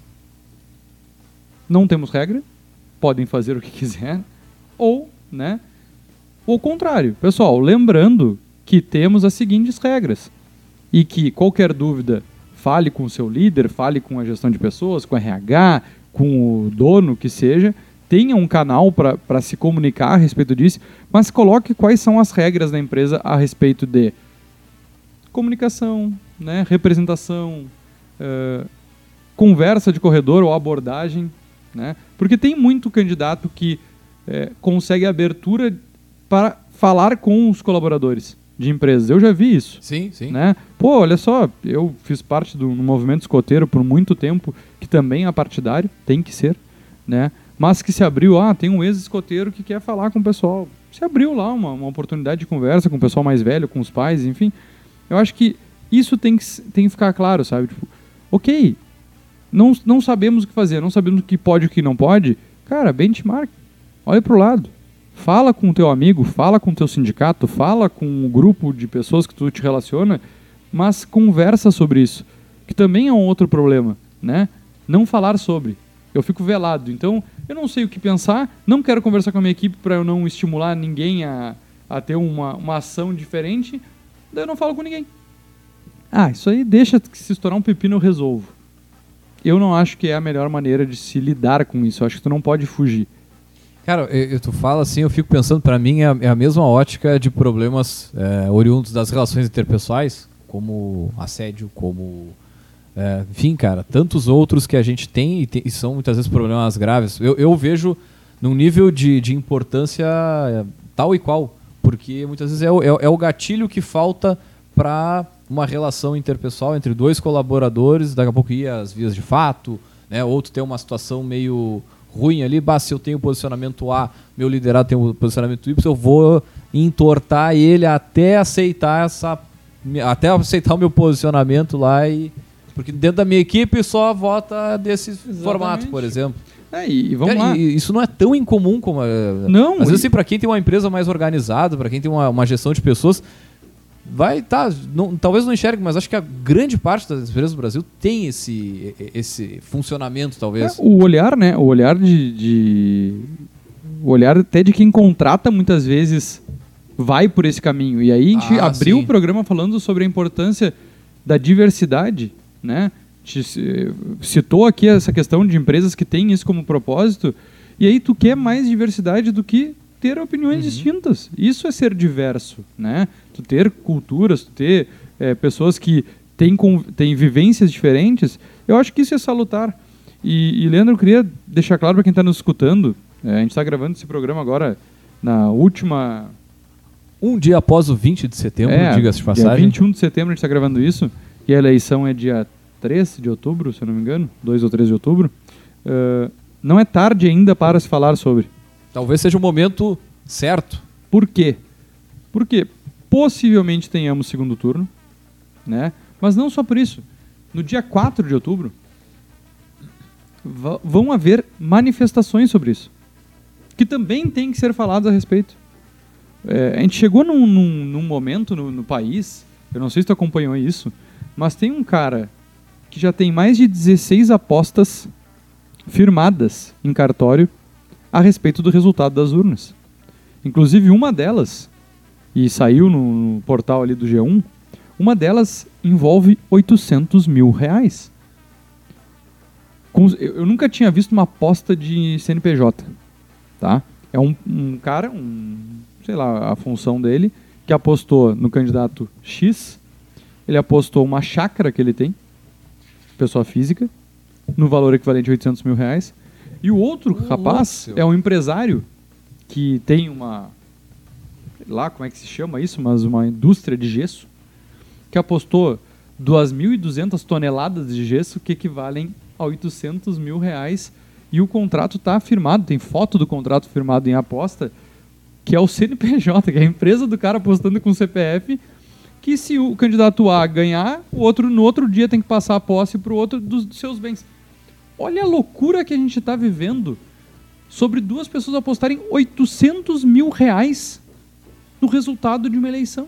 não temos regra, podem fazer o que quiser, ou, né, o contrário. Pessoal, lembrando que temos as seguintes regras e que qualquer dúvida, fale com o seu líder, fale com a gestão de pessoas, com o RH, com o dono, que seja, tenha um canal para se comunicar a respeito disso, mas coloque quais são as regras da empresa a respeito de comunicação, né, representação, conversa de corredor ou abordagem, né, porque tem muito candidato que consegue abertura para falar com os colaboradores de empresas. Eu já vi isso. Sim, sim. Né? Pô, olha só, eu fiz parte do movimento escoteiro por muito tempo, que também é partidário, tem que ser, né? Mas que se abriu, tem um ex-escoteiro que quer falar com o pessoal. Se abriu lá uma oportunidade de conversa com o pessoal mais velho, com os pais, enfim. Eu acho que isso tem que ficar claro, sabe? Tipo, ok, não sabemos o que fazer, não sabemos o que pode e o que não pode. Cara, benchmark, olha pro lado. Fala com o teu amigo, fala com o teu sindicato, fala com o grupo de pessoas que tu te relaciona, mas conversa sobre isso, que também é um outro problema, né? Não falar sobre. Eu fico velado, então eu não sei o que pensar, não quero conversar com a minha equipe para eu não estimular ninguém a ter uma ação diferente, daí eu não falo com ninguém. Isso aí deixa que se estourar um pepino eu resolvo. Eu não acho que é a melhor maneira de se lidar com isso, eu acho que tu não pode fugir. Cara, tu fala assim, eu fico pensando, para mim é a mesma ótica de problemas oriundos das relações interpessoais, como assédio, como... enfim, cara, tantos outros que a gente tem e são muitas vezes problemas graves. Eu vejo num nível de importância tal e qual, porque muitas vezes é o gatilho que falta para uma relação interpessoal entre 2 colaboradores, daqui a pouco ir às vias de fato, né? Ou tu ter uma situação meio ruim ali, se eu tenho posicionamento A, meu liderado tem o posicionamento Y, eu vou entortar ele até aceitar o meu posicionamento lá, porque dentro da minha equipe só vota desse formato, por exemplo. E vamos lá. Isso não é tão incomum como... Não. Às vezes, assim, para quem tem uma empresa mais organizada, para quem tem uma gestão de pessoas, talvez não enxergue, mas acho que a grande parte das empresas do Brasil tem esse funcionamento, talvez. O olhar, né? O olhar o olhar até de quem contrata muitas vezes vai por esse caminho. E aí a gente abriu o programa falando sobre a importância da diversidade, né? Citou aqui essa questão de empresas que têm isso como propósito, e aí tu quer mais diversidade do que ter opiniões distintas. Isso é ser diverso, né? Tu ter culturas, tu ter pessoas que têm vivências diferentes, eu acho que isso é salutar. E Leandro, eu queria deixar claro para quem está nos escutando, A gente está gravando esse programa agora na última... Um dia após o 20 de setembro, diga-se de passagem. Dia 21 de setembro a gente está gravando isso, e a eleição é dia 3 de outubro, se eu não me engano, 2 ou 3 de outubro. Não é tarde ainda para se falar sobre. Talvez seja o momento certo. Por quê? Porque possivelmente tenhamos segundo turno, né? Mas não só por isso. No dia 4 de outubro, vão haver manifestações sobre isso, que também tem que ser faladas a respeito. A gente chegou num momento no país, eu não sei se tu acompanhou isso, mas tem um cara que já tem mais de 16 apostas firmadas em cartório a respeito do resultado das urnas. Inclusive uma delas, e saiu no portal ali do G1, uma delas envolve R$800 mil. Eu nunca tinha visto uma aposta de CNPJ, tá? É um cara, sei lá, a função dele, que apostou no candidato X, ele apostou uma chácara que ele tem, pessoa física, no valor equivalente a R$800 mil, e o outro rapaz é um empresário que tem uma, sei lá como é que se chama isso, mas uma indústria de gesso, que apostou 2.200 toneladas de gesso, que equivalem a R$800 mil, e o contrato está firmado, tem foto do contrato firmado em aposta, que é o CNPJ, que é a empresa do cara apostando com o CPF, que se o candidato A ganhar, no outro dia tem que passar a posse para o outro dos seus bens. Olha a loucura que a gente está vivendo sobre duas pessoas apostarem R$800 mil no resultado de uma eleição.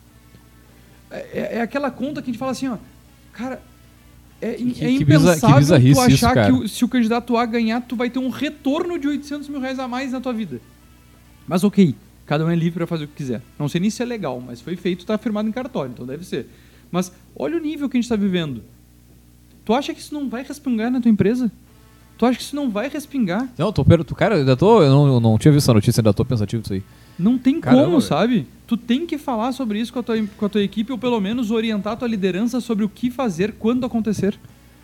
É aquela conta que a gente fala assim, ó, cara, é impensável tu achar que se o candidato A ganhar, tu vai ter um retorno de R$800 mil a mais na tua vida. Mas ok, cada um é livre para fazer o que quiser. Não sei nem se é legal, mas foi feito, está firmado em cartório, então deve ser. Mas olha o nível que a gente está vivendo. Tu acha que isso não vai respingar na tua empresa? Tu acha que isso não vai respingar? Não, cara, eu não tinha visto essa notícia, ainda tô pensativo disso aí. Não tem como, sabe? Tu tem que falar sobre isso com a tua equipe, ou pelo menos orientar a tua liderança sobre o que fazer quando acontecer.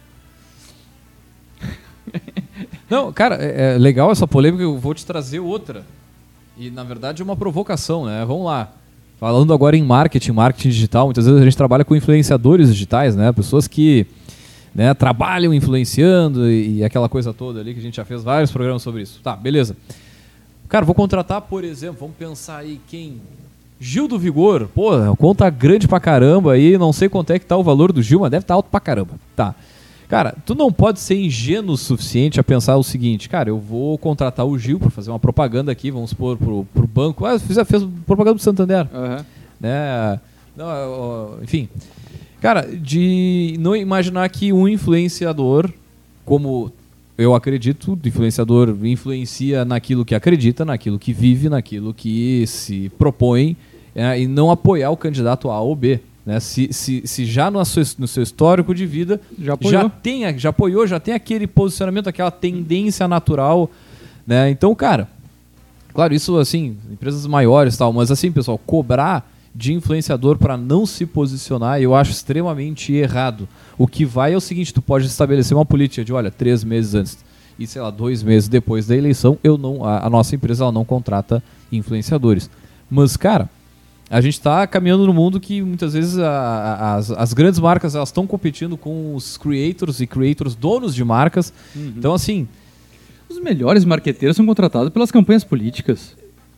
Não, cara, é legal essa polêmica, eu vou te trazer outra. E, na verdade, é uma provocação, né? Vamos lá. Falando agora em marketing digital, muitas vezes a gente trabalha com influenciadores digitais, né? Pessoas que, né, trabalham influenciando e aquela coisa toda ali, que a gente já fez vários programas sobre isso. Tá, beleza. Cara, vou contratar, por exemplo, vamos pensar aí quem? Gil do Vigor. Pô, conta grande pra caramba aí, não sei quanto é que tá o valor do Gil, mas deve estar alto pra caramba. Tá. Cara, tu não pode ser ingênuo o suficiente a pensar o seguinte, cara, eu vou contratar o Gil para fazer uma propaganda aqui, vamos supor, pro banco. Fez propaganda pro Santander. Uhum. Né? Enfim. Cara, de não imaginar que um influenciador, como eu acredito, o influenciador influencia naquilo que acredita, naquilo que vive, naquilo que se propõe, e não apoiar o candidato A ou B. Né? Se já no seu histórico de vida já apoiou, já tem aquele posicionamento, aquela tendência natural, né? Então, cara, claro, isso assim, empresas maiores e tal, mas assim, pessoal, cobrar de influenciador para não se posicionar, eu acho extremamente errado. O que vai é o seguinte, tu pode estabelecer uma política de, olha, 3 meses antes e, sei lá, 2 meses depois da eleição, a nossa empresa ela não contrata influenciadores. Mas, cara, a gente está caminhando no mundo que muitas vezes as grandes marcas elas estão competindo com os creators donos de marcas. Uhum. Então, assim... Os melhores marqueteiros são contratados pelas campanhas políticas.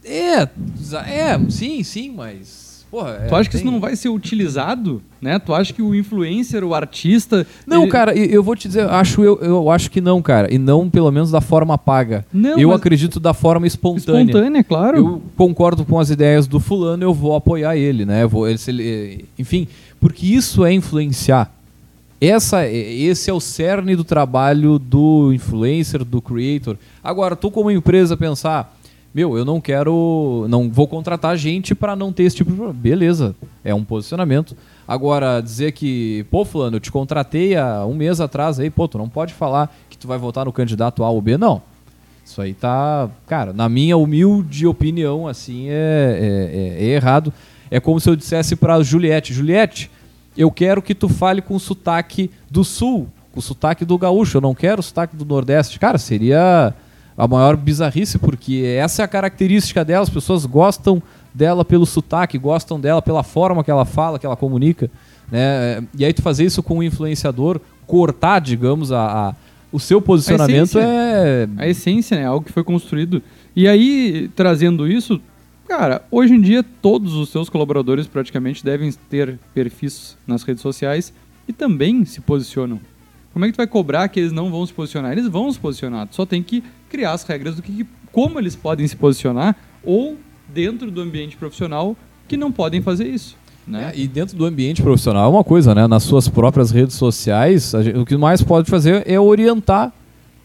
Sim, mas... Porra, tu acha que isso não vai ser utilizado? Né? Tu acha que o influencer, o artista... Não, cara, eu vou te dizer, eu acho que não, cara. E não, pelo menos, da forma paga. Não, eu acredito da forma espontânea. Espontânea, claro. Eu concordo com as ideias do fulano, eu vou apoiar ele, né? Enfim, porque isso é influenciar. Esse é o cerne do trabalho do influencer, do creator. Agora, tu como empresa pensar... eu não vou contratar gente para não ter esse tipo de problema. Beleza, é um posicionamento. Agora, dizer que, pô, fulano, eu te contratei há 1 mês atrás, aí, pô, tu não pode falar que tu vai votar no candidato A ou B, não. Isso aí tá, cara, na minha humilde opinião, assim, é errado. É como se eu dissesse para Juliette, eu quero que tu fale com o sotaque do Sul, com o sotaque do Gaúcho, eu não quero o sotaque do Nordeste. Cara, seria... a maior bizarrice, porque essa é a característica dela, as pessoas gostam dela pelo sotaque, gostam dela pela forma que ela fala, que ela comunica, né? E aí tu fazer isso com um influenciador, cortar, digamos, o seu posicionamento a essência, né? Algo que foi construído. E aí, trazendo isso, cara, hoje em dia todos os seus colaboradores praticamente devem ter perfis nas redes sociais e também se posicionam. Como é que tu vai cobrar que eles não vão se posicionar? Eles vão se posicionar. Tu só tem que criar as regras do como eles podem se posicionar ou dentro do ambiente profissional que não podem fazer isso. Né? E dentro do ambiente profissional é uma coisa, né? Nas suas próprias redes sociais, o que mais pode fazer é orientar.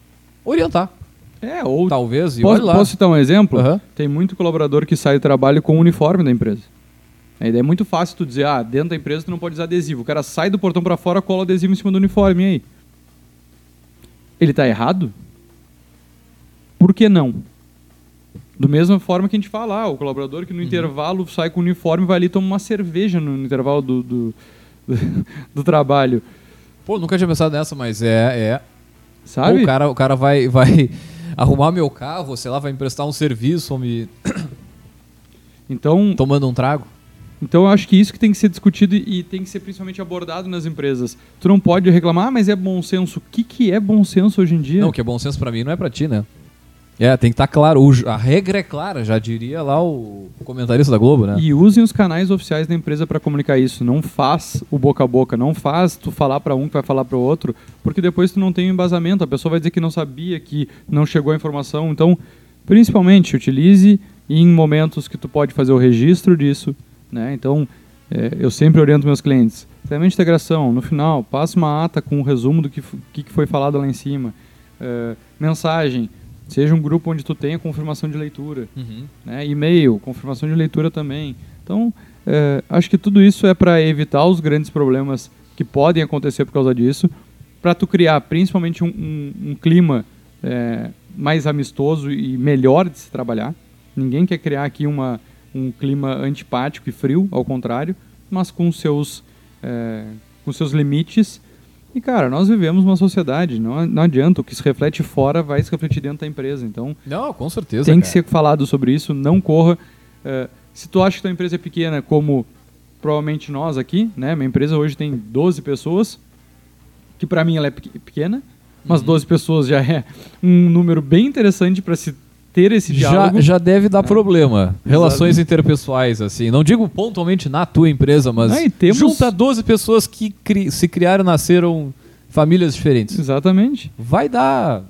Ou talvez, posso citar um exemplo? Uhum. Tem muito colaborador que sai do trabalho com o uniforme da empresa. A ideia é muito fácil tu dizer, dentro da empresa tu não pode usar adesivo. O cara sai do portão para fora, cola adesivo em cima do uniforme, e aí? Ele tá errado? Por que não? Do mesma forma que a gente fala, o colaborador que no intervalo sai com o uniforme, vai ali e toma uma cerveja no intervalo do trabalho. Pô, nunca tinha pensado nessa, mas Sabe? Pô, o cara vai arrumar meu carro, sei lá, vai me prestar um serviço ou me... Então, tomando um trago. Então eu acho que isso que tem que ser discutido e tem que ser principalmente abordado nas empresas. Tu não pode reclamar, mas é bom senso. O que é bom senso hoje em dia? Não, o que é bom senso pra mim não é pra ti, né? Tem que estar claro. A regra é clara, já diria lá o comentarista da Globo, né? E usem os canais oficiais da empresa para comunicar isso. Não faz o boca a boca. Não faz tu falar para um que vai falar para o outro, porque depois tu não tem um embasamento. A pessoa vai dizer que não sabia, que não chegou a informação. Então, principalmente, utilize em momentos que tu pode fazer o registro disso. Né? Então, eu sempre oriento meus clientes. Treinamento de integração, no final, passa uma ata com um resumo do que foi falado lá em cima. Mensagem. Seja um grupo onde tu tenha confirmação de leitura. Né? E-mail, confirmação de leitura também. Então, acho que tudo isso é para evitar os grandes problemas que podem acontecer por causa disso, para tu criar principalmente um clima mais amistoso e melhor de se trabalhar. Ninguém quer criar aqui um clima antipático e frio, ao contrário, mas com seus limites. E, cara, nós vivemos uma sociedade, não adianta, o que se reflete fora vai se refletir dentro da empresa, então... Não, com certeza, tem que ser falado sobre isso, não corra. Se tu acha que tua empresa é pequena, como provavelmente nós aqui, né? Minha empresa hoje tem 12 pessoas, que pra mim ela é pequena, mas 12 pessoas já é um número bem interessante para se ter esse diálogo. Já deve dar problema. Relações interpessoais, assim. Não digo pontualmente na tua empresa, mas junta 12 pessoas que se criaram, nasceram famílias diferentes. Exatamente. Vai dar.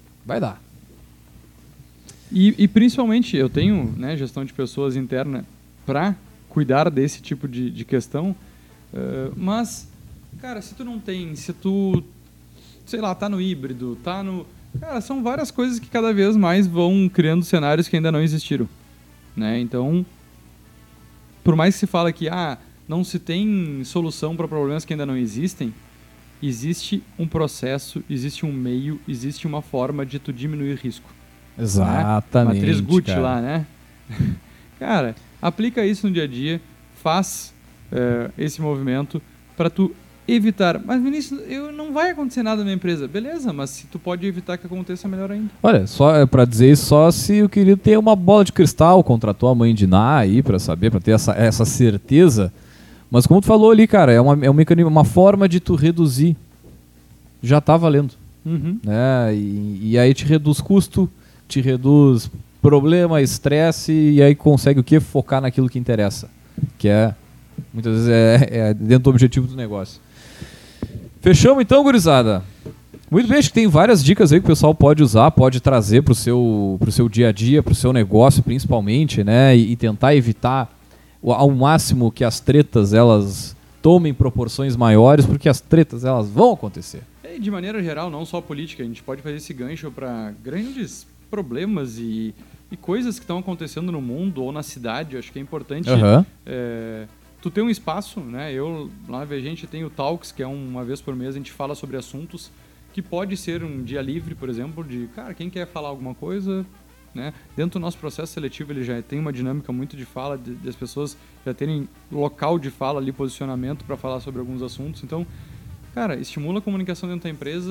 E principalmente, eu tenho gestão de pessoas interna para cuidar desse tipo de questão, mas, cara, se tu, sei lá, tá no híbrido, tá no... Cara, são várias coisas que cada vez mais vão criando cenários que ainda não existiram, né? Então, por mais que se fala que não se tem solução para problemas que ainda não existem, existe um processo, existe um meio, existe uma forma de tu diminuir risco. Exatamente. Né? Matriz Gucci lá, né? Cara, aplica isso no dia a dia, faz esse movimento para tu evitar. Mas, Vinícius, não vai acontecer nada na minha empresa. Beleza, mas se tu pode evitar que aconteça, melhor ainda. Olha, só para dizer isso, só se o querido tem uma bola de cristal, contratou a mãe de Ná aí para saber, para ter essa certeza. Mas como tu falou ali, cara, é um mecanismo, uma forma de tu reduzir. Já tá valendo. Né? E aí te reduz custo, te reduz problema, estresse, e aí consegue o quê? Focar naquilo que interessa. Que muitas vezes é dentro do objetivo do negócio. Fechamos então, gurizada? Muito bem, acho que tem várias dicas aí que o pessoal pode usar, pode trazer pro seu dia a dia, pro seu negócio principalmente, né? E tentar evitar ao máximo que as tretas elas tomem proporções maiores, porque as tretas elas vão acontecer. De maneira geral, não só política, a gente pode fazer esse gancho para grandes problemas e coisas que estão acontecendo no mundo ou na cidade. Eu acho que é importante tu ter um espaço, né? Eu, lá na Vigente, tenho o Talks, que é uma vez por mês, a gente fala sobre assuntos que pode ser um dia livre, por exemplo, de, cara, quem quer falar alguma coisa, né? Dentro do nosso processo seletivo, ele já tem uma dinâmica muito de fala, das pessoas já terem local de fala ali, posicionamento para falar sobre alguns assuntos. Então, cara, estimula a comunicação dentro da empresa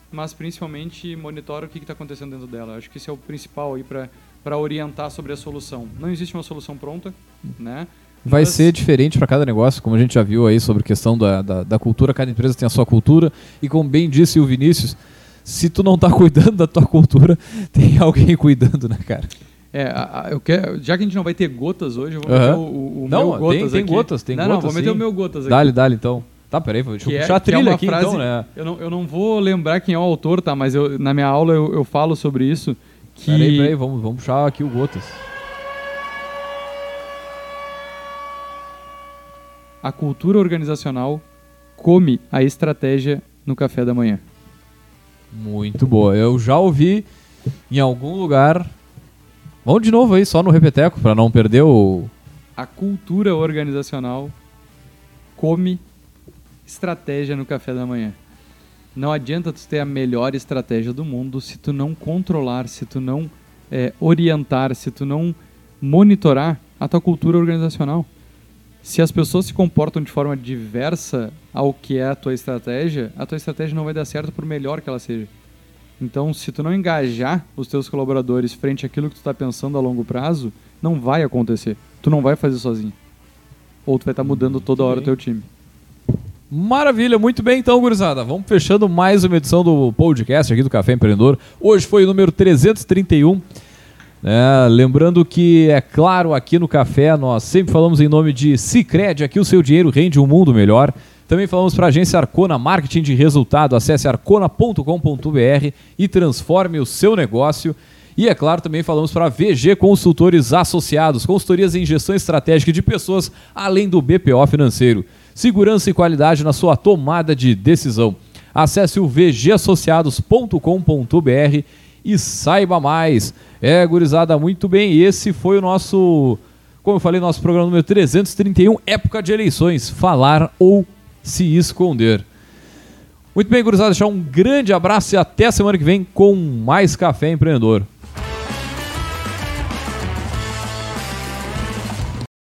mas principalmente monitora o que está acontecendo dentro dela. Acho que esse é o principal aí para orientar sobre a solução. Não existe uma solução pronta, né? Vai ser diferente para cada negócio, como a gente já viu aí sobre a questão da cultura. Cada empresa tem a sua cultura e, como bem disse o Vinícius, se tu não tá cuidando da tua cultura, tem alguém cuidando, né, cara? Já que a gente não vai ter gotas hoje, eu vou meter o meu gotas tem aqui. Gotas, tem gotas, não, vou meter o meu gotas aqui. Dale, então. Tá, peraí, deixa eu puxar a trilha aqui, frase, então, né? Eu não vou lembrar quem é o autor, tá? Mas na minha aula eu falo sobre isso. Que... Peraí, vamos puxar aqui o gotas. A cultura organizacional come a estratégia no café da manhã. Muito boa. Eu já ouvi em algum lugar. Vamos de novo aí, só no repeteco, para não perder o... A cultura organizacional come estratégia no café da manhã. Não adianta tu ter a melhor estratégia do mundo se tu não controlar, se tu não orientar, se tu não monitorar a tua cultura organizacional. Se as pessoas se comportam de forma diversa ao que é a tua estratégia não vai dar certo por melhor que ela seja. Então, se tu não engajar os teus colaboradores frente àquilo que tu está pensando a longo prazo, não vai acontecer. Tu não vai fazer sozinho. Ou tu vai estar mudando toda hora o teu time. Maravilha, muito bem então, gurizada. Vamos fechando mais uma edição do podcast aqui do Café Empreendedor. Hoje foi o número 331. Lembrando que, é claro, aqui no Café nós sempre falamos em nome de Sicredi. Aqui o seu dinheiro rende um mundo melhor. Também falamos para a agência Arcona Marketing de Resultado. Acesse arcona.com.br e transforme o seu negócio. E, é claro, também falamos para a VG Consultores Associados, consultorias em gestão estratégica de pessoas, além do BPO financeiro. Segurança e qualidade na sua tomada de decisão. Acesse o vgassociados.com.br e saiba mais. Gurizada, muito bem. Esse foi o nosso, como eu falei, nosso programa número 331, época de eleições, falar ou se esconder. Muito bem, gurizada, deixar um grande abraço e até a semana que vem com mais Café Empreendedor.